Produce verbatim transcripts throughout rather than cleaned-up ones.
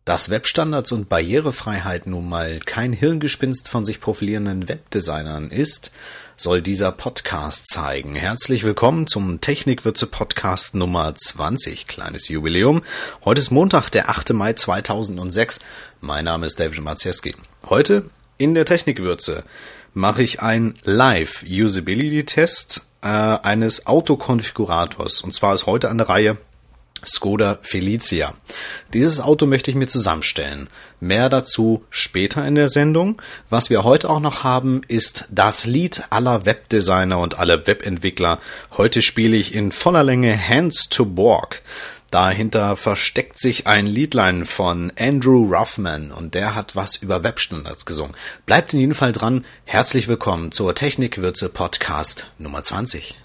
Dass Webstandards und Barrierefreiheit nun mal kein Hirngespinst von sich profilierenden Webdesignern ist, soll dieser Podcast zeigen. Herzlich willkommen zum Technikwürze-Podcast Nummer zwanzig, kleines Jubiläum. Heute ist Montag, der achte Mai zweitausendsechs. Mein Name ist David Maciejewski. Heute in der Technikwürze mache ich einen Live-Usability-Test äh, eines Autokonfigurators. Und zwar ist heute an der Reihe Skoda Felicia. Dieses Auto möchte ich mir zusammenstellen. Mehr dazu später in der Sendung. Was wir heute auch noch haben, ist das Lied aller Webdesigner und aller Webentwickler. Heute spiele ich in voller Länge Hands to Borg. Dahinter versteckt sich ein Liedlein von Andrew Ruffman und der hat was über Webstandards gesungen. Bleibt in jedem Fall dran. Herzlich willkommen zur Technikwürze Podcast Nummer zwanzig.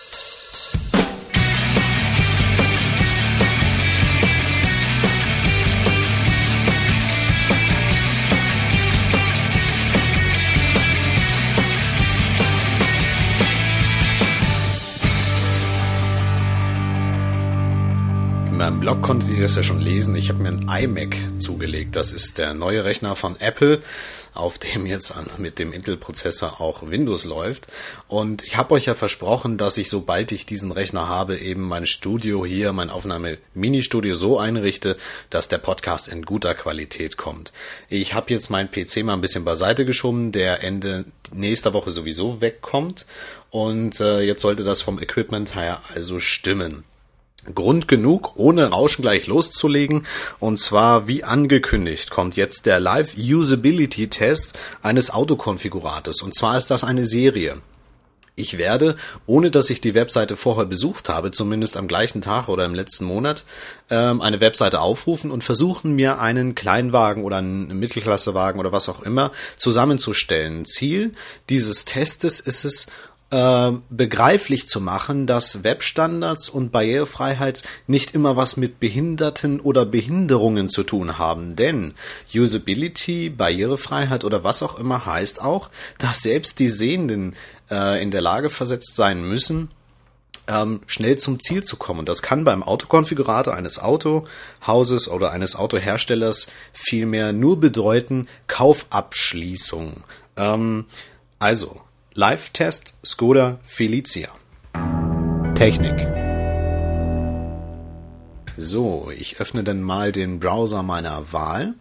In meinem Blog konntet ihr das ja schon lesen. Ich habe mir einen iMac zugelegt. Das ist der neue Rechner von Apple, auf dem jetzt mit dem Intel-Prozessor auch Windows läuft. Und ich habe euch ja versprochen, dass ich, sobald ich diesen Rechner habe, eben mein Studio hier, mein Aufnahme-Mini-Studio so einrichte, dass der Podcast in guter Qualität kommt. Ich habe jetzt meinen P C mal ein bisschen beiseite geschoben, der Ende nächster Woche sowieso wegkommt. Und äh, jetzt sollte das vom Equipment her also stimmen. Grund genug, ohne Rauschen gleich loszulegen. Und zwar, wie angekündigt, kommt jetzt der Live-Usability-Test eines Autokonfigurators. Und zwar ist das eine Serie. Ich werde, ohne dass ich die Webseite vorher besucht habe, zumindest am gleichen Tag oder im letzten Monat, eine Webseite aufrufen und versuchen, mir einen Kleinwagen oder einen Mittelklassewagen oder was auch immer zusammenzustellen. Ziel dieses Testes ist es, begreiflich zu machen, dass Webstandards und Barrierefreiheit nicht immer was mit Behinderten oder Behinderungen zu tun haben. Denn Usability, Barrierefreiheit oder was auch immer heißt auch, dass selbst die Sehenden äh, in der Lage versetzt sein müssen, ähm, schnell zum Ziel zu kommen. Und das kann beim Autokonfigurator eines Autohauses oder eines Autoherstellers vielmehr nur bedeuten Kaufabschließung. Ähm, also Live-Test Skoda Felicia. Technik. So, ich öffne dann mal den Browser meiner Wahl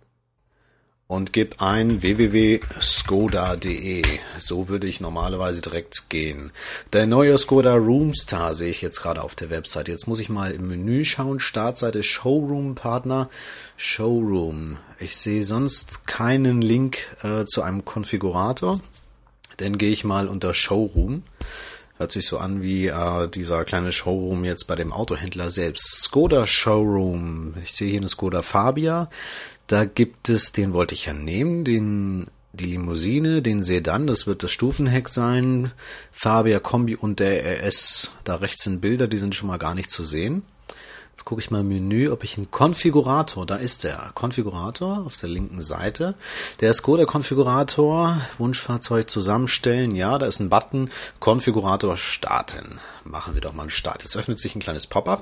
und gebe ein w w w punkt skoda punkt d e. So würde ich normalerweise direkt gehen. Der neue Skoda Roomstar sehe ich jetzt gerade auf der Website. Jetzt muss ich mal im Menü schauen. Startseite Showroom Partner. Showroom. Ich sehe sonst keinen Link äh, zu einem Konfigurator. Dann gehe ich mal unter Showroom. Hört sich so an wie äh, dieser kleine Showroom jetzt bei dem Autohändler selbst. Skoda Showroom. Ich sehe hier eine Skoda Fabia. Da gibt es, den wollte ich ja nehmen, den die Limousine, den Sedan, das wird das Stufenheck sein. Fabia Kombi und der R S. Da rechts sind Bilder, die sind schon mal gar nicht zu sehen. Jetzt gucke ich mal im Menü, ob ich einen Konfigurator, da ist der Konfigurator auf der linken Seite. Der Skoda-Konfigurator, Wunschfahrzeug zusammenstellen, ja, da ist ein Button, Konfigurator starten. Machen wir doch mal einen Start. Jetzt öffnet sich ein kleines Pop-up,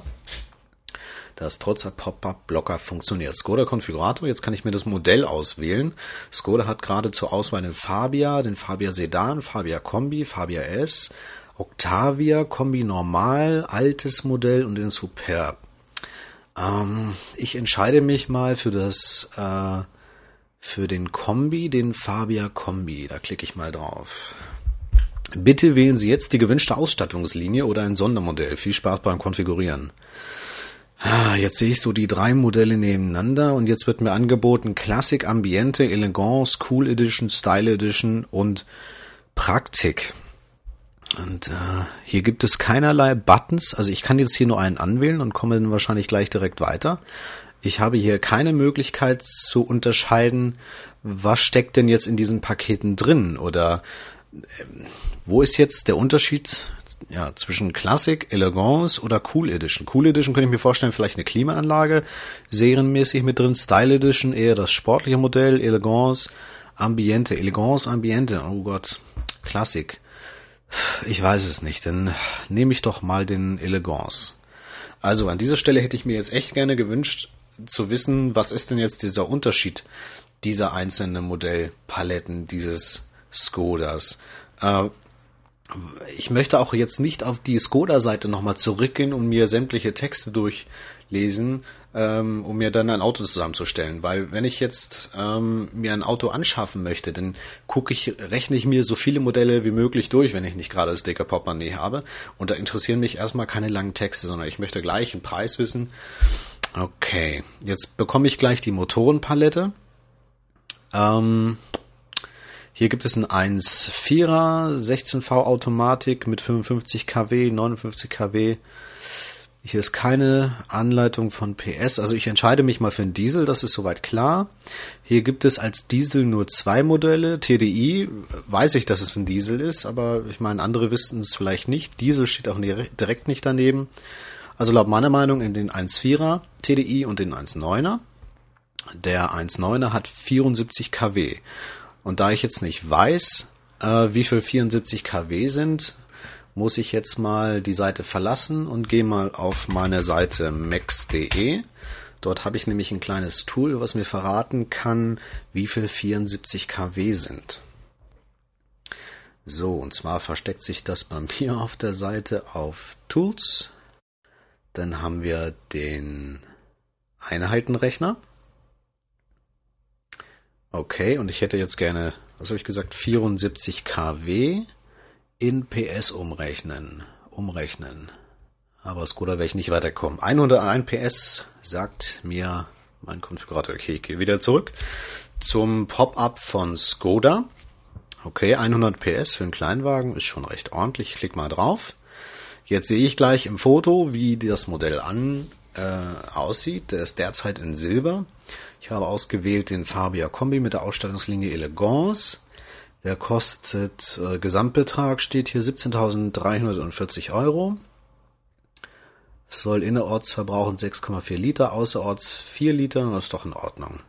das trotz der Pop-up-Blocker funktioniert. Skoda-Konfigurator, jetzt kann ich mir das Modell auswählen. Skoda hat gerade zur Auswahl den Fabia, den Fabia Sedan, Fabia Kombi, Fabia S, Octavia, Kombi Normal, altes Modell und den Superb. Ähm, ich entscheide mich mal für das, äh, für den Kombi, den Fabia Kombi. Da klicke ich mal drauf. Bitte wählen Sie jetzt die gewünschte Ausstattungslinie oder ein Sondermodell. Viel Spaß beim Konfigurieren. Ah, jetzt sehe ich so die drei Modelle nebeneinander und jetzt wird mir angeboten Classic, Ambiente, Elegance, Cool Edition, Style Edition und Praktik. Und äh, hier gibt es keinerlei Buttons, also ich kann jetzt hier nur einen anwählen und komme dann wahrscheinlich gleich direkt weiter. Ich habe hier keine Möglichkeit zu unterscheiden, was steckt denn jetzt in diesen Paketen drin oder äh, wo ist jetzt der Unterschied ja, zwischen Classic, Elegance oder Cool Edition. Cool Edition könnte ich mir vorstellen, vielleicht eine Klimaanlage serienmäßig mit drin, Style Edition eher das sportliche Modell, Elegance, Ambiente, Elegance, Ambiente, oh Gott, Classic. Ich weiß es nicht, dann nehme ich doch mal den Elegance. Also an dieser Stelle hätte ich mir jetzt echt gerne gewünscht, zu wissen, was ist denn jetzt dieser Unterschied dieser einzelnen Modellpaletten dieses Skodas. Äh, ich möchte auch jetzt nicht auf die Skoda-Seite nochmal zurückgehen und mir sämtliche Texte durchlesen, ähm, um mir dann ein Auto zusammenzustellen. Weil wenn ich jetzt ähm, mir ein Auto anschaffen möchte, dann gucke ich, rechne ich mir so viele Modelle wie möglich durch, wenn ich nicht gerade das dicke Portemonnaie habe. Und da interessieren mich erstmal keine langen Texte, sondern ich möchte gleich einen Preis wissen. Okay, jetzt bekomme ich gleich die Motorenpalette. Ähm, hier gibt es ein eins Komma vierer sechzehn V Automatik mit fünfundfünfzig Kilowatt, neunundfünfzig Kilowatt. Hier ist keine Anleitung von P S, also ich entscheide mich mal für einen Diesel, das ist soweit klar. Hier gibt es als Diesel nur zwei Modelle, T D I, weiß ich, dass es ein Diesel ist, aber ich meine, andere wissen es vielleicht nicht. Diesel steht auch direkt nicht daneben. Also laut meiner Meinung in den eins Komma vierer T D I und den eins Komma neuner. Der eins Komma neuner hat vierundsiebzig Kilowatt. Und da ich jetzt nicht weiß, äh, wie viel vierundsiebzig Kilowatt sind, muss ich jetzt mal die Seite verlassen und gehe mal auf meine Seite max punkt de. Dort habe ich nämlich ein kleines Tool, was mir verraten kann, wie viel vierundsiebzig Kilowatt sind. So, und zwar versteckt sich das bei mir auf der Seite auf Tools. Dann haben wir den Einheitenrechner. Okay, und ich hätte jetzt gerne, was habe ich gesagt, vierundsiebzig Kilowatt in P S umrechnen. Umrechnen. Aber Skoda werde ich nicht weiterkommen. hunderteins P S sagt mir mein Konfigurator. Okay, ich gehe wieder zurück zum Pop-up von Skoda. Okay, hundert P S für einen Kleinwagen ist schon recht ordentlich. Ich klicke mal drauf. Jetzt sehe ich gleich im Foto, wie das Modell an äh, aussieht. Der ist derzeit in Silber. Ich habe ausgewählt den Fabia Kombi mit der Ausstattungslinie Elegance. Der kostet, äh, Gesamtbetrag steht hier siebzehntausenddreihundertvierzig Euro. Soll innerorts verbrauchen sechs Komma vier Liter, außerorts vier Liter. Das ist doch in Ordnung.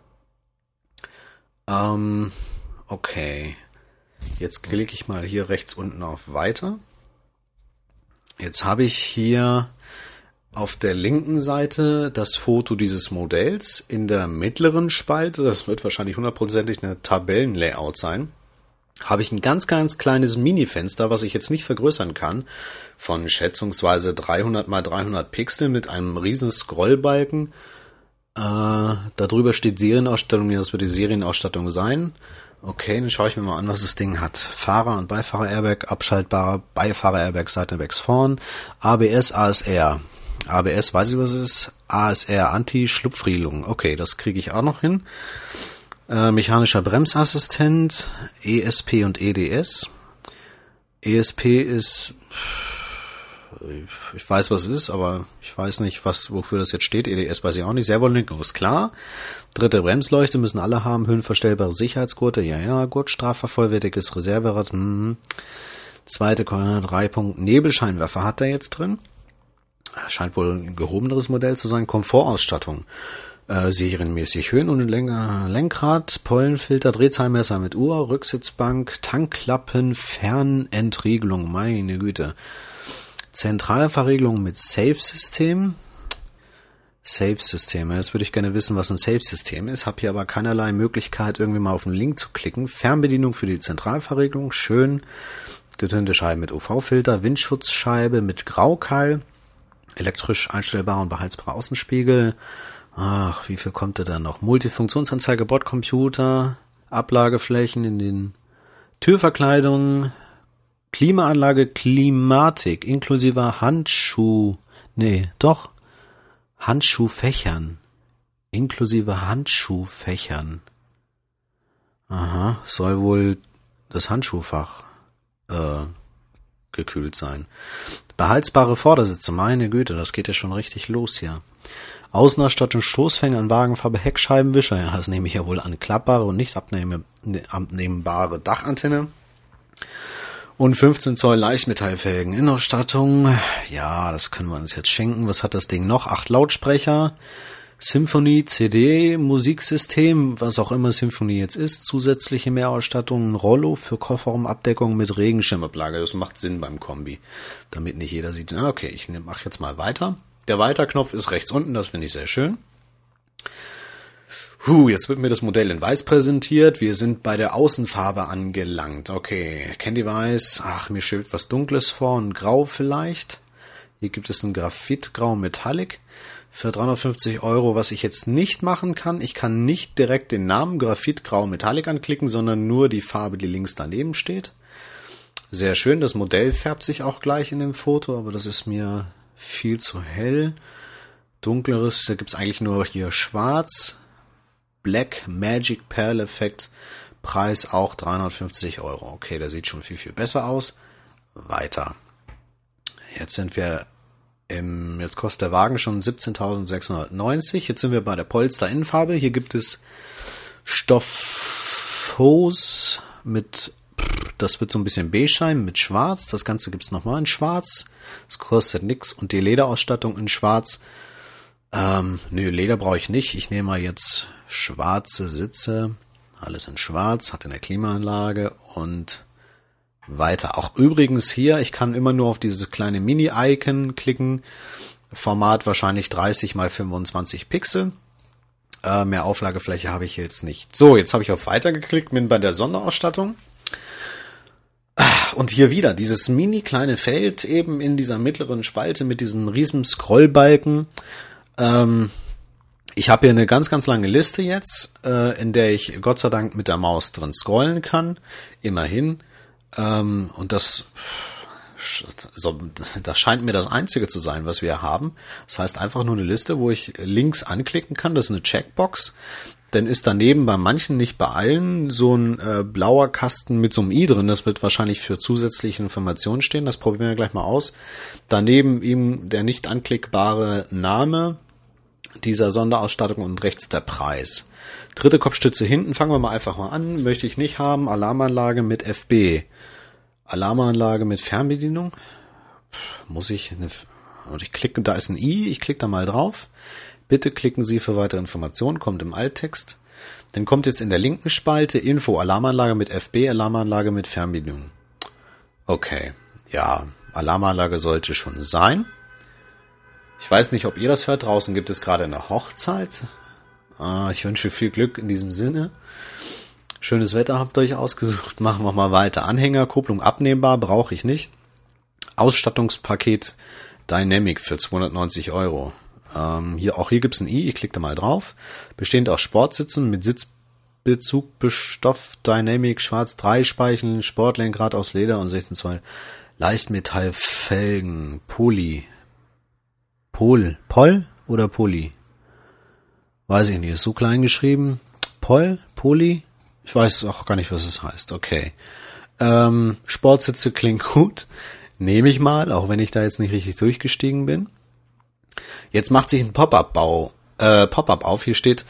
Ähm, okay. Jetzt klicke ich mal hier rechts unten auf Weiter. Jetzt habe ich hier auf der linken Seite das Foto dieses Modells. In der mittleren Spalte, das wird wahrscheinlich hundertprozentig eine Tabellenlayout sein, habe ich ein ganz, ganz kleines Mini-Fenster, was ich jetzt nicht vergrößern kann, von schätzungsweise dreihundert mal dreihundert Pixel mit einem riesen Scrollbalken. Äh, darüber steht Serienausstattung, das wird die Serienausstattung sein. Okay, dann schaue ich mir mal an, was das Ding hat. Fahrer- und Beifahrer-Airbag, abschaltbarer Beifahrer-Airbag, Seitenbags vorn, A B S, A S R. A B S, weiß ich, was es ist. A S R, Anti-Schlupfriegelung. Okay, das kriege ich auch noch hin. Äh, mechanischer Bremsassistent, E S P und E D S. E S P ist, ich weiß, was es ist, aber ich weiß nicht, was, wofür das jetzt steht. E D S weiß ich auch nicht. Servolenkung ist klar. Dritte Bremsleuchte müssen alle haben. Höhenverstellbare Sicherheitsgurte. Ja, ja. Gurtstraffer, vollwertiges Reserverad. Hm. Zweite drei Punkt Nebelscheinwerfer hat er jetzt drin. Scheint wohl ein gehobeneres Modell zu sein. Komfortausstattung. Äh, serienmäßig Höhen- und Lenk- Lenkrad, Pollenfilter, Drehzahlmesser mit Uhr, Rücksitzbank, Tankklappen, Fernentriegelung. Meine Güte. Zentralverriegelung mit Safe-System. Safe-System. Jetzt würde ich gerne wissen, was ein Safe-System ist. Habe hier aber keinerlei Möglichkeit, irgendwie mal auf den Link zu klicken. Fernbedienung für die Zentralverriegelung. Schön. Getönte Scheibe mit U V-Filter. Windschutzscheibe mit Graukeil. Elektrisch einstellbarer und beheizbarer Außenspiegel. Ach, wie viel kommt da dann noch? Multifunktionsanzeige, Bordcomputer. Ablageflächen in den Türverkleidungen. Klimaanlage, Klimatik, inklusive Handschuh, nee, doch, Handschuhfächern, inklusive Handschuhfächern. Aha, soll wohl das Handschuhfach äh, gekühlt sein. Beheizbare Vordersitze, meine Güte, das geht ja schon richtig los hier. Außenausstattung, Stoßfänger an Wagenfarbe, Heckscheibenwischer, ja, das nehme ich ja wohl an, klappbare und nicht abnehme, abnehmbare Dachantenne. Und fünfzehn Zoll Leichtmetallfelgen. Innenausstattung, ja, das können wir uns jetzt schenken. Was hat das Ding noch? Acht Lautsprecher, Symphony, C D, Musiksystem, was auch immer Symphony jetzt ist. Zusätzliche Mehrausstattung, ein Rollo für Kofferraumabdeckung mit Regenschirmablage. Das macht Sinn beim Kombi, damit nicht jeder sieht. Okay, ich mache jetzt mal weiter. Der Weiterknopf ist rechts unten, das finde ich sehr schön. Huh, jetzt wird mir das Modell in Weiß präsentiert. Wir sind bei der Außenfarbe angelangt. Okay, Candy Weiß. Ach, mir schwebt was Dunkles vor und Grau vielleicht. Hier gibt es ein Graphitgrau Metallic für dreihundertfünfzig Euro, was ich jetzt nicht machen kann. Ich kann nicht direkt den Namen Graphitgrau Metallic anklicken, sondern nur die Farbe, die links daneben steht. Sehr schön, das Modell färbt sich auch gleich in dem Foto, aber das ist mir viel zu hell. Dunkleres, da gibt's eigentlich nur hier schwarz. Black Magic Pearl Effekt, Preis auch dreihundertfünfzig Euro. Okay, der sieht schon viel, viel besser aus. Weiter. Jetzt sind wir im, jetzt kostet der Wagen schon siebzehntausendsechshundertneunzig. Jetzt sind wir bei der Polster Innenfarbe. Hier gibt es Stoffhose mit, das wird so ein bisschen beige sein, mit schwarz. Das Ganze gibt's nochmal in schwarz. Das kostet nix. Und die Lederausstattung in schwarz. Ähm, nö, Leder brauche ich nicht. Ich nehme mal jetzt schwarze Sitze. Alles in schwarz, hat eine Klimaanlage und weiter. Auch übrigens hier, ich kann immer nur auf dieses kleine Mini-Icon klicken. Format wahrscheinlich dreißig mal fünfundzwanzig Pixel. Äh, mehr Auflagefläche habe ich jetzt nicht. So, jetzt habe ich auf Weiter geklickt, bin bei der Sonderausstattung. Und hier wieder dieses mini kleine Feld eben in dieser mittleren Spalte mit diesen riesen Scrollbalken. Ähm, ich habe hier eine ganz, ganz lange Liste jetzt, äh, in der ich Gott sei Dank mit der Maus drin scrollen kann. Immerhin. Ähm, und das, so, das scheint mir das Einzige zu sein, was wir haben. Das heißt einfach nur eine Liste, wo ich links anklicken kann. Das ist eine Checkbox. Dann ist daneben bei manchen, nicht bei allen, so ein äh, blauer Kasten mit so einem i drin. Das wird wahrscheinlich für zusätzliche Informationen stehen. Das probieren wir gleich mal aus. Daneben eben der nicht anklickbare Name dieser Sonderausstattung und rechts der Preis. Dritte Kopfstütze hinten, fangen wir mal einfach mal an. Möchte ich nicht haben. Alarmanlage mit F B. Alarmanlage mit Fernbedienung. Muss ich eine, und ich klicke, da ist ein i, ich klicke da mal drauf. Bitte klicken Sie für weitere Informationen, kommt im Alttext. Dann kommt jetzt in der linken Spalte Info, Alarmanlage mit F B, Alarmanlage mit Fernbedienung. Okay, ja, Alarmanlage sollte schon sein. Ich weiß nicht, ob ihr das hört. Draußen gibt es gerade eine Hochzeit. Ich wünsche viel Glück in diesem Sinne. Schönes Wetter habt ihr euch ausgesucht. Machen wir mal weiter. Anhänger, Kupplung abnehmbar, brauche ich nicht. Ausstattungspaket Dynamic für zweihundertneunzig Euro. Ähm, hier, auch hier gibt's ein i, ich klicke da mal drauf. Bestehend aus Sportsitzen mit Sitzbezug, Stoff, Dynamic, schwarz, drei Speicheln, Sportlenkrad aus Leder und sechzehn Zoll Leichtmetallfelgen, Poly. Pol, Pol oder Poly? Weiß ich nicht, ist so klein geschrieben. Pol, Poly? Ich weiß auch gar nicht, was es heißt. Okay. Ähm, Sportsitze klingt gut. Nehme ich mal, auch wenn ich da jetzt nicht richtig durchgestiegen bin. Jetzt macht sich ein Pop-up-Bau, äh, Pop-up auf. Hier steht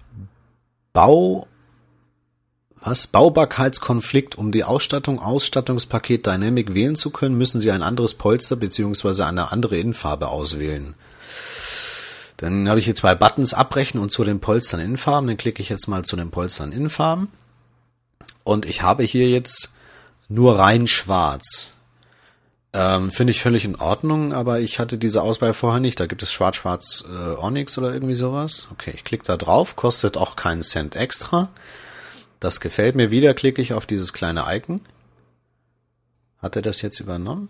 Bau, was? Baubarkeitskonflikt. Um die Ausstattung, Ausstattungspaket Dynamic wählen zu können, müssen Sie ein anderes Polster bzw. eine andere Innenfarbe auswählen. Dann habe ich hier zwei Buttons, abbrechen und zu den Polstern Innenfarben. Dann klicke ich jetzt mal zu den Polstern Innenfarben. Und ich habe hier jetzt nur rein schwarz. Ähm, finde ich völlig in Ordnung, aber ich hatte diese Auswahl vorher nicht. Da gibt es schwarz-schwarz äh, Onyx oder irgendwie sowas. Okay, ich klicke da drauf, kostet auch keinen Cent extra. Das gefällt mir. Wieder klicke ich auf dieses kleine Icon. Hat er das jetzt übernommen?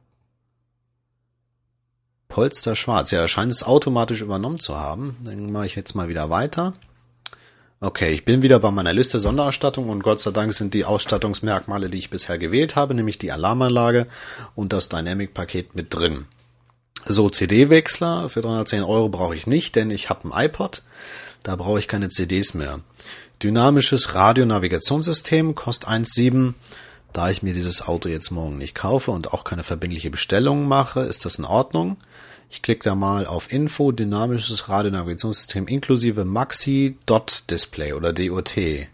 Polster schwarz. Ja, er scheint es automatisch übernommen zu haben. Dann mache ich jetzt mal wieder weiter. Okay, ich bin wieder bei meiner Liste Sonderausstattung und Gott sei Dank sind die Ausstattungsmerkmale, die ich bisher gewählt habe, nämlich die Alarmanlage und das Dynamic-Paket mit drin. So, C D-Wechsler für dreihundertzehn Euro brauche ich nicht, denn ich habe ein iPod. Da brauche ich keine C Ds mehr. Dynamisches Radionavigationssystem kostet eins Komma sieben. Da ich mir dieses Auto jetzt morgen nicht kaufe und auch keine verbindliche Bestellung mache, ist das in Ordnung. Ich klicke da mal auf Info, dynamisches Radionavigationssystem inklusive Maxi-Dot-Display oder D O T.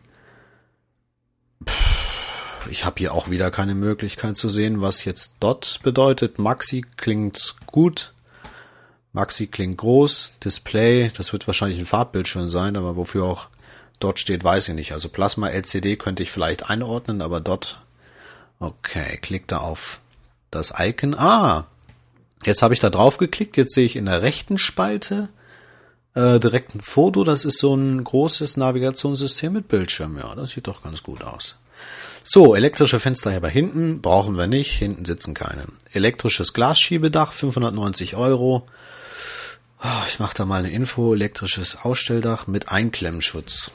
Ich habe hier auch wieder keine Möglichkeit zu sehen, was jetzt Dot bedeutet. Maxi klingt gut. Maxi klingt groß. Display, das wird wahrscheinlich ein Farbbildschirm sein, aber wofür auch Dot steht, weiß ich nicht. Also Plasma L C D könnte ich vielleicht einordnen, aber Dot. Okay, klick da auf das Icon. Ah! Jetzt habe ich da drauf geklickt, jetzt sehe ich in der rechten Spalte Äh, direkt ein Foto, das ist so ein großes Navigationssystem mit Bildschirm. Ja, das sieht doch ganz gut aus. So, elektrische Fenster hier bei hinten, brauchen wir nicht, hinten sitzen keine. Elektrisches Glasschiebedach, fünfhundertneunzig Euro. Oh, ich mache da mal eine Info, elektrisches Ausstelldach mit Einklemmschutz.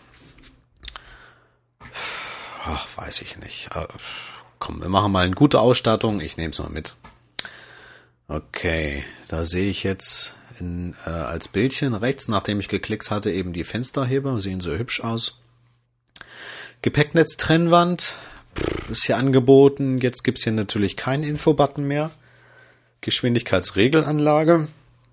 Ach, weiß ich nicht. Komm, wir machen mal eine gute Ausstattung, ich nehme es mal mit. Okay, da sehe ich jetzt in, äh, als Bildchen rechts, nachdem ich geklickt hatte, eben die Fensterheber, sehen so hübsch aus. Gepäcknetz-Trennwand ist hier angeboten. Jetzt gibt's hier natürlich keinen Infobutton mehr. Geschwindigkeitsregelanlage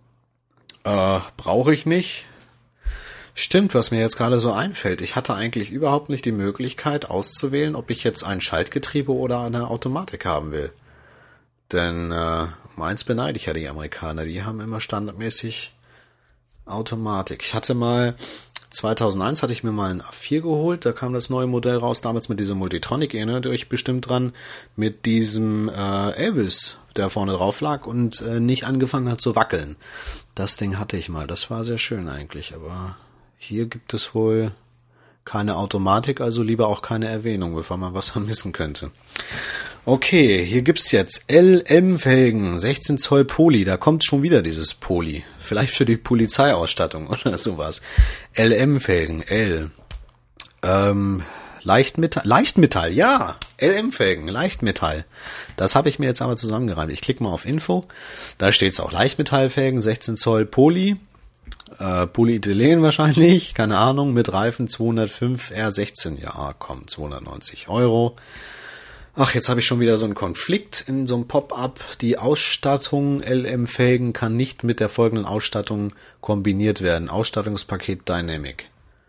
äh, brauche ich nicht. Stimmt, was mir jetzt gerade so einfällt. Ich hatte eigentlich überhaupt nicht die Möglichkeit auszuwählen, ob ich jetzt ein Schaltgetriebe oder eine Automatik haben will. Denn äh, um eins beneide ich ja die Amerikaner. Die haben immer standardmäßig Automatik. Ich hatte mal zweitausendeins hatte ich mir mal einen A vier geholt, da kam das neue Modell raus, damals mit dieser Multitronic, ihr erinnert euch bestimmt dran, mit diesem äh, Elvis, der vorne drauf lag und äh, nicht angefangen hat zu wackeln. Das Ding hatte ich mal, das war sehr schön eigentlich, aber hier gibt es wohl keine Automatik, also lieber auch keine Erwähnung, bevor man was vermissen könnte. Okay, hier gibt's jetzt L M-Felgen, sechzehn Zoll Poly, da kommt schon wieder dieses Poly. Vielleicht für die Polizeiausstattung oder sowas. L M-Felgen, L. Ähm, Leichtmetall, Leichtmetall, ja. L M-Felgen, Leichtmetall. Das habe ich mir jetzt aber zusammengereimt. Ich klicke mal auf Info. Da steht's auch Leichtmetallfelgen, sechzehn Zoll Poly. Äh, Polyethylen wahrscheinlich, keine Ahnung, mit Reifen zweihundertfünf R sechzehn. Ja, komm, zweihundertneunzig Euro. Ach, jetzt habe ich schon wieder so einen Konflikt in so einem Pop-up. Die Ausstattung L M-Felgen kann nicht mit der folgenden Ausstattung kombiniert werden. Ausstattungspaket Dynamic.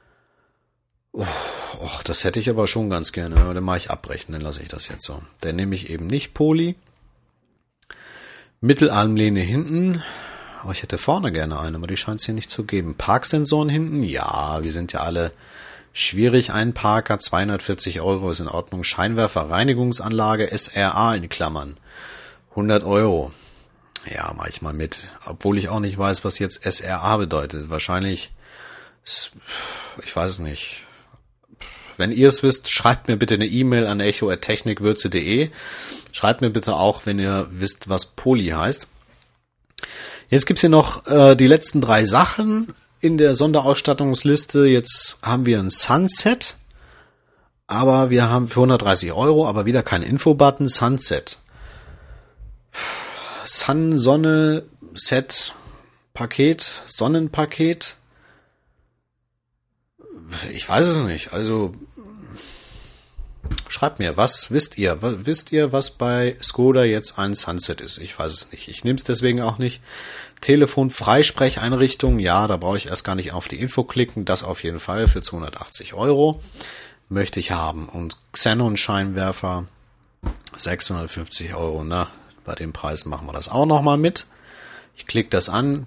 Oh, och, das hätte ich aber schon ganz gerne. Dann mache ich abbrechen, dann lasse ich das jetzt so. Dann nehme ich eben nicht Poly. Mittelarmlehne hinten. Oh, ich hätte vorne gerne eine, aber die scheint es hier nicht zu geben. Parksensoren hinten? Ja, wir sind ja alle schwierig. Ein Parker, zweihundertvierzig Euro ist in Ordnung. Scheinwerfer, Reinigungsanlage, S R A in Klammern. hundert Euro. Ja, mach ich mal mit. Obwohl ich auch nicht weiß, was jetzt S R A bedeutet. Wahrscheinlich, ich weiß es nicht. Wenn ihr es wisst, schreibt mir bitte eine E-Mail an echo at technikwürze punkt de. Schreibt mir bitte auch, wenn ihr wisst, was Poly heißt. Jetzt gibt's hier noch äh, die letzten drei Sachen in der Sonderausstattungsliste. Jetzt haben wir ein Sunset, aber wir haben für hundertdreißig Euro, aber wieder kein Infobutton. Sunset. Sun, Sonne, Set, Paket, Sonnenpaket. Ich weiß es nicht. Also schreibt mir, was wisst ihr? Wisst ihr, was bei Skoda jetzt ein Sunset ist? Ich weiß es nicht. Ich nehme es deswegen auch nicht. Telefon, Freisprecheinrichtung. Ja, da brauche ich erst gar nicht auf die Info klicken. Das auf jeden Fall für zweihundertachtzig Euro möchte ich haben. Und Xenon-Scheinwerfer, sechshundertfünfzig Euro. Na, bei dem Preis machen wir das auch nochmal mit. Ich klicke das an.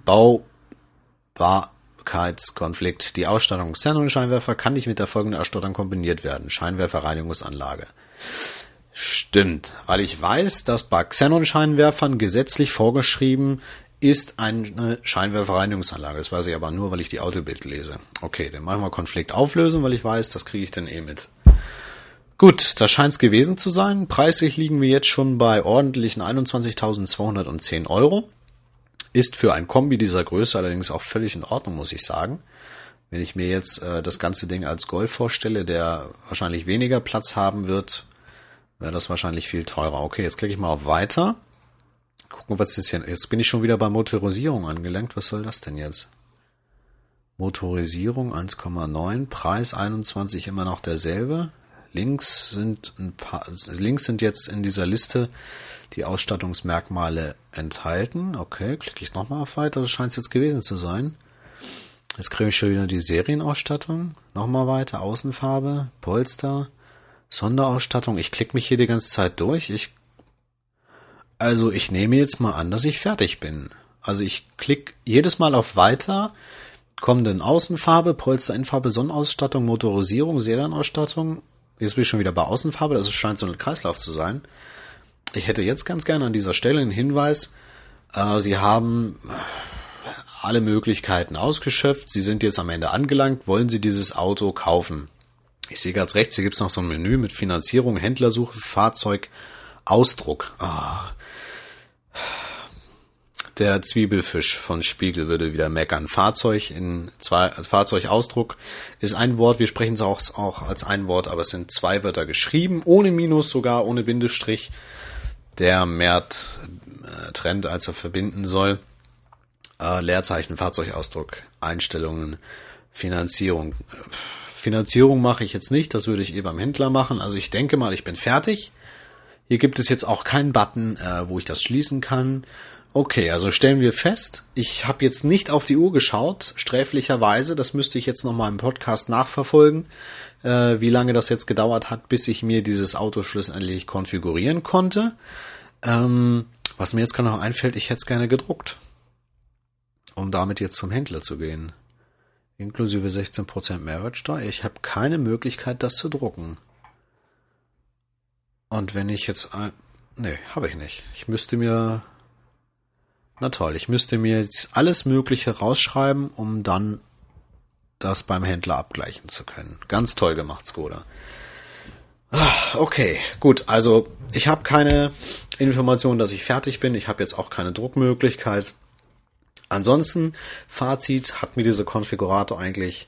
Baubarkeitskonflikt. Die Ausstattung Xenon-Scheinwerfer kann nicht mit der folgenden Ausstattung kombiniert werden. Scheinwerferreinigungsanlage. Stimmt, weil ich weiß, dass bei Xenon-Scheinwerfern gesetzlich vorgeschrieben ist eine Scheinwerferreinigungsanlage. Das weiß ich aber nur, weil ich die Autobild lese. Okay, dann machen wir Konflikt auflösen, weil ich weiß, das kriege ich dann eh mit. Gut, das scheint es gewesen zu sein. Preislich liegen wir jetzt schon bei ordentlichen einundzwanzigtausendzweihundertzehn Euro. Ist für ein Kombi dieser Größe allerdings auch völlig in Ordnung, muss ich sagen. Wenn ich mir jetzt äh, das ganze Ding als Golf vorstelle, der wahrscheinlich weniger Platz haben wird, wäre das wahrscheinlich viel teurer. Okay, jetzt klicke ich mal auf Weiter. Gucken, was ist hier. Jetzt bin ich schon wieder bei Motorisierung angelangt. Was soll das denn jetzt? Motorisierung eins Komma neun, Preis einundzwanzig immer noch derselbe. Links sind ein paar, links sind jetzt in dieser Liste die Ausstattungsmerkmale enthalten. Okay, klicke ich nochmal auf Weiter. Das scheint es jetzt gewesen zu sein. Jetzt kriege ich schon wieder die Serienausstattung. Nochmal weiter. Außenfarbe, Polster, Sonderausstattung. Ich klicke mich hier die ganze Zeit durch. Ich Also ich nehme jetzt mal an, dass ich fertig bin. Also ich klicke jedes Mal auf Weiter, komme dann Außenfarbe, Polster, Innenfarbe, Sonnenausstattung, Motorisierung, Serienausstattung. Jetzt bin ich schon wieder bei Außenfarbe, also es scheint so ein Kreislauf zu sein. Ich hätte jetzt ganz gerne an dieser Stelle einen Hinweis. Äh, Sie haben alle Möglichkeiten ausgeschöpft. Sie sind jetzt am Ende angelangt. Wollen Sie dieses Auto kaufen? Ich sehe ganz rechts, hier gibt es noch so ein Menü mit Finanzierung, Händlersuche, Fahrzeug, Ausdruck. Ah. Der Zwiebelfisch von Spiegel würde wieder meckern. Fahrzeug in zwei, Fahrzeugausdruck ist ein Wort. Wir sprechen es auch, auch als ein Wort, aber es sind zwei Wörter geschrieben, ohne Minus sogar, ohne Bindestrich. Der mehr äh, trennt, als er verbinden soll. Äh, Leerzeichen, Fahrzeugausdruck, Einstellungen, Finanzierung. Finanzierung mache ich jetzt nicht, das würde ich eh beim Händler machen. Also ich denke mal, ich bin fertig. Hier gibt es jetzt auch keinen Button, äh, wo ich das schließen kann. Okay, also stellen wir fest, ich habe jetzt nicht auf die Uhr geschaut, sträflicherweise, das müsste ich jetzt nochmal im Podcast nachverfolgen, äh, wie lange das jetzt gedauert hat, bis ich mir dieses Auto schlussendlich konfigurieren konnte. Ähm, was mir jetzt gerade noch einfällt, ich hätte es gerne gedruckt, um damit jetzt zum Händler zu gehen. Inklusive sechzehn Prozent Mehrwertsteuer. Ich habe keine Möglichkeit, das zu drucken. Und wenn ich jetzt... Ein... Nee, habe ich nicht. Ich müsste mir... Na toll, ich müsste mir jetzt alles Mögliche rausschreiben, um dann das beim Händler abgleichen zu können. Ganz toll gemacht, Skoda. Okay, gut, also ich habe keine Information, dass ich fertig bin. Ich habe jetzt auch keine Druckmöglichkeit. Ansonsten, Fazit, hat mir dieser Konfigurator eigentlich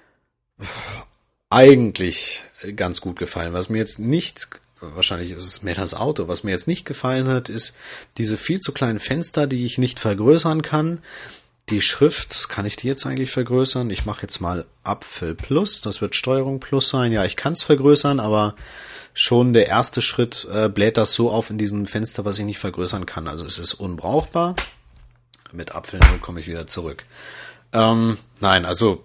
eigentlich ganz gut gefallen. Was mir jetzt nicht... Wahrscheinlich ist es mehr das Auto. Was mir jetzt nicht gefallen hat, ist diese viel zu kleinen Fenster, die ich nicht vergrößern kann. Die Schrift, kann ich die jetzt eigentlich vergrößern? Ich mache jetzt mal Apfel Plus, das wird Steuerung Plus sein. Ja, ich kann es vergrößern, aber schon der erste Schritt äh, bläht das so auf in diesem Fenster, was ich nicht vergrößern kann. Also es ist unbrauchbar. Mit Apfel null komme ich wieder zurück. Ähm, nein, also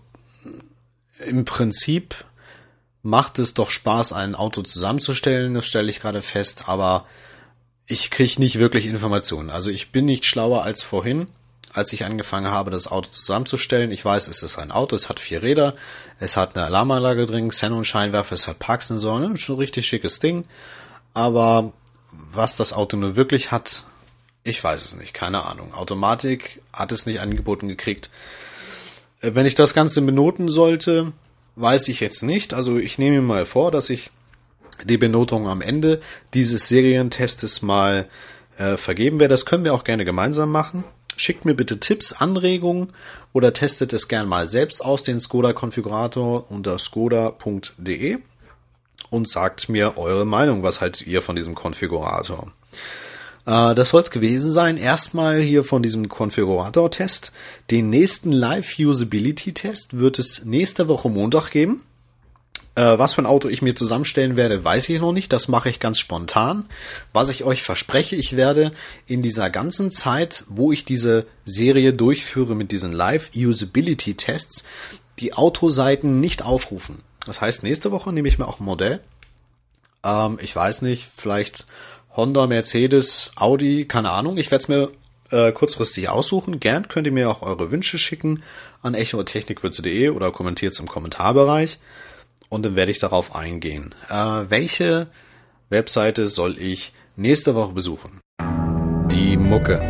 im Prinzip... macht es doch Spaß, ein Auto zusammenzustellen, das stelle ich gerade fest, aber ich kriege nicht wirklich Informationen. Also ich bin nicht schlauer als vorhin, als ich angefangen habe, das Auto zusammenzustellen. Ich weiß, es ist ein Auto, es hat vier Räder, es hat eine Alarmanlage drin, Xenon-Scheinwerfer, es hat Parksensoren, schon ein richtig schickes Ding. Aber was das Auto nur wirklich hat, ich weiß es nicht, keine Ahnung. Automatik hat es nicht angeboten gekriegt. Wenn ich das Ganze benoten sollte... weiß ich jetzt nicht. Also ich nehme mir mal vor, dass ich die Benotung am Ende dieses Serientestes mal äh, vergeben werde. Das können wir auch gerne gemeinsam machen. Schickt mir bitte Tipps, Anregungen oder testet es gerne mal selbst aus, den Skoda-Konfigurator unter skoda punkt de und sagt mir eure Meinung. Was haltet ihr von diesem Konfigurator? Äh, das soll es gewesen sein. Erstmal hier von diesem Konfigurator-Test. Den nächsten Live-Usability-Test wird es nächste Woche Montag geben. Äh, was für ein Auto ich mir zusammenstellen werde, weiß ich noch nicht. Das mache ich ganz spontan. Was ich euch verspreche, ich werde in dieser ganzen Zeit, wo ich diese Serie durchführe mit diesen Live-Usability-Tests, die Autoseiten nicht aufrufen. Das heißt, nächste Woche nehme ich mir auch ein Modell. Ähm, ich weiß nicht, vielleicht... Honda, Mercedes, Audi, keine Ahnung. Ich werde es mir äh, kurzfristig aussuchen. Gern könnt ihr mir auch eure Wünsche schicken an echo at technikwürze punkt de oder kommentiert es im Kommentarbereich. Und dann werde ich darauf eingehen. Äh, welche Webseite soll ich nächste Woche besuchen? Die Mucke.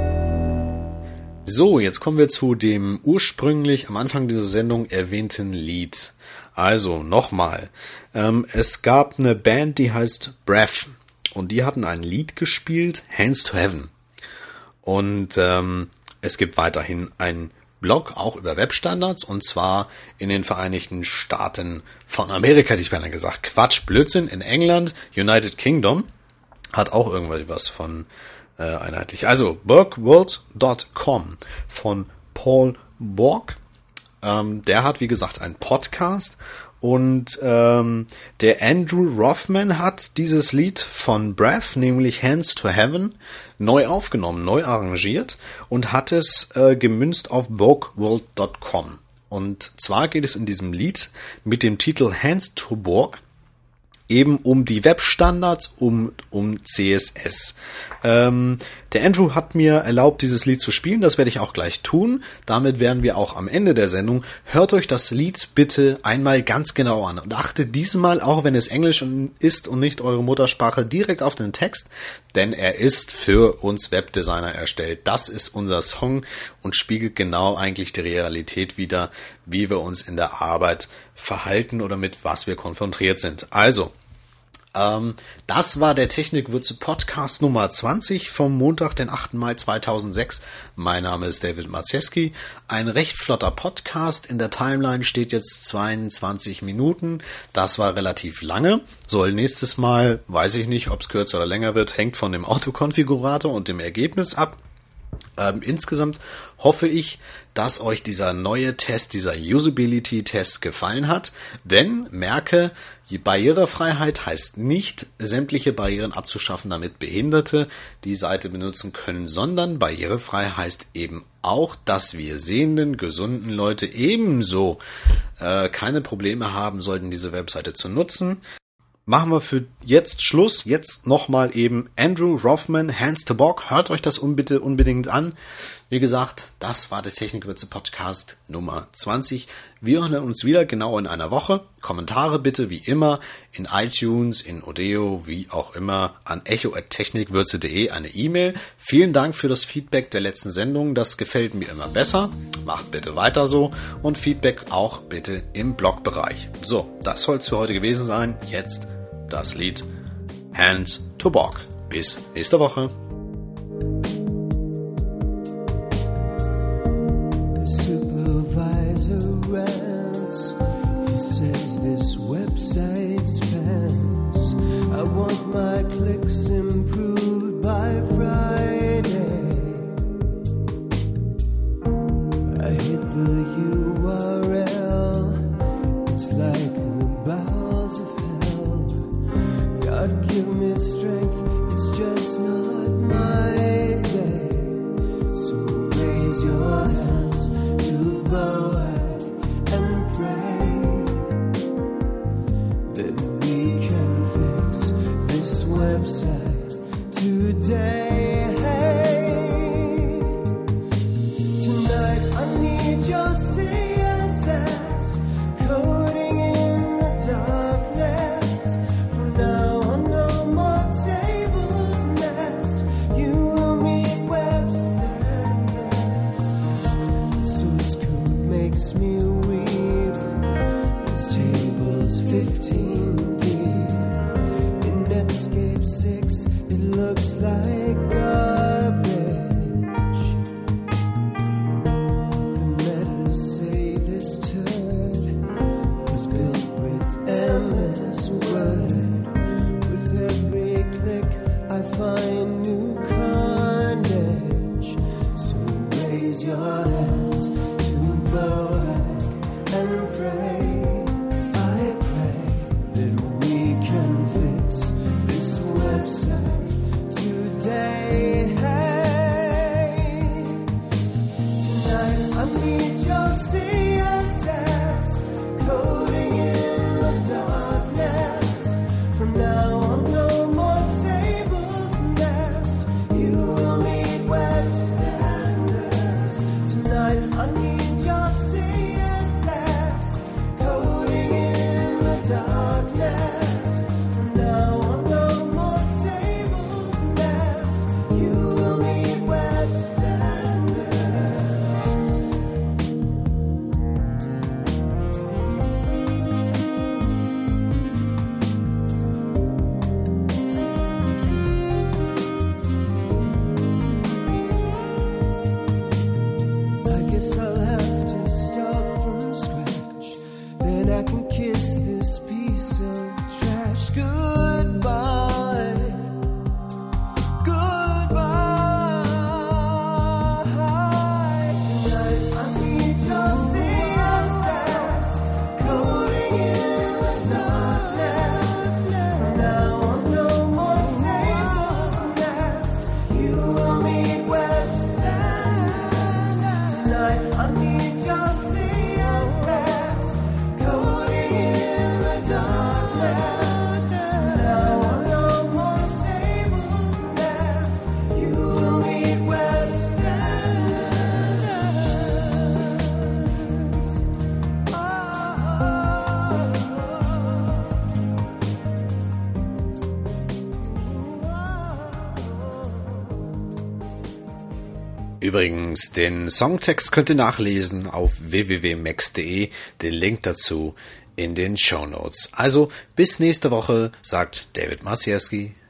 So, jetzt kommen wir zu dem ursprünglich am Anfang dieser Sendung erwähnten Lied. Also, nochmal. Ähm, es gab eine Band, die heißt Breath. Und die hatten ein Lied gespielt, Hands to Heaven. Und ähm, es gibt weiterhin einen Blog, auch über Webstandards, und zwar in den Vereinigten Staaten von Amerika, hätte ich beinahe gesagt. Quatsch, Blödsinn, in England, United Kingdom, hat auch irgendwas von äh, einheitlich. Also, Burgworld Punkt com von Paul Borg. Ähm, der hat, wie gesagt, einen Podcast. Und ähm, der Andrew Rothman hat dieses Lied von Breath, nämlich Hands to Heaven, neu aufgenommen, neu arrangiert und hat es äh, gemünzt auf Borgworld Punkt com. Und zwar geht es in diesem Lied mit dem Titel Hands to Borg eben um die Webstandards, um, um C S S. Ähm, Der Andrew hat mir erlaubt, dieses Lied zu spielen. Das werde ich auch gleich tun. Damit wären wir auch am Ende der Sendung. Hört euch das Lied bitte einmal ganz genau an und achtet diesmal, auch wenn es Englisch ist und nicht eure Muttersprache, direkt auf den Text, denn er ist für uns Webdesigner erstellt. Das ist unser Song und spiegelt genau eigentlich die Realität wider, wie wir uns in der Arbeit verhalten oder mit was wir konfrontiert sind. Also, ähm, das war der Technikwürze Podcast Nummer zwanzig vom Montag, den achten Mai zweitausendsechs. Mein Name ist David Maciejewski. Ein recht flotter Podcast. In der Timeline steht jetzt zweiundzwanzig Minuten. Das war relativ lange. Soll nächstes Mal, weiß ich nicht, ob es kürzer oder länger wird, hängt von dem Autokonfigurator und dem Ergebnis ab. Ähm, insgesamt hoffe ich, dass euch dieser neue Test, dieser Usability-Test gefallen hat, denn merke, Barrierefreiheit heißt nicht, sämtliche Barrieren abzuschaffen, damit Behinderte die Seite benutzen können, sondern barrierefrei heißt eben auch, dass wir sehenden, gesunden Leute ebenso äh, keine Probleme haben sollten, diese Webseite zu nutzen. Machen wir für jetzt Schluss. Jetzt nochmal eben Andrew Rothman, Hands to Bock. Hört euch das bitte unbedingt an. Wie gesagt, das war der Technikwürze Podcast Nummer zwanzig. Wir hören uns wieder genau in einer Woche. Kommentare bitte wie immer in iTunes, in Odeo, wie auch immer an echo at technikwürze punkt de eine E-Mail. Vielen Dank für das Feedback der letzten Sendung. Das gefällt mir immer besser. Macht bitte weiter so und Feedback auch bitte im Blogbereich. So, das soll es für heute gewesen sein. Jetzt das Lied Hands to Bock. Bis nächste Woche. My clicks improved by Friday. I hit the U R L. It's like the bowels of hell. God give me strength. It's just not my day. So raise your hands to God and pray that we can fix this website today. Tonight I need your C S S coding in the darkness. From now on, no more tables next. You will meet web standards. Source code makes me weep. This table's fifteen deep. Netscape six, it looks like garbage. The letters say this turd was built with M S Word. With every click I find new carnage. So raise your hands to Boag and pray. I pray Übrigens, den Songtext könnt ihr nachlesen auf w w w punkt max punkt de, den Link dazu in den Shownotes. Also bis nächste Woche, sagt David Marciewski.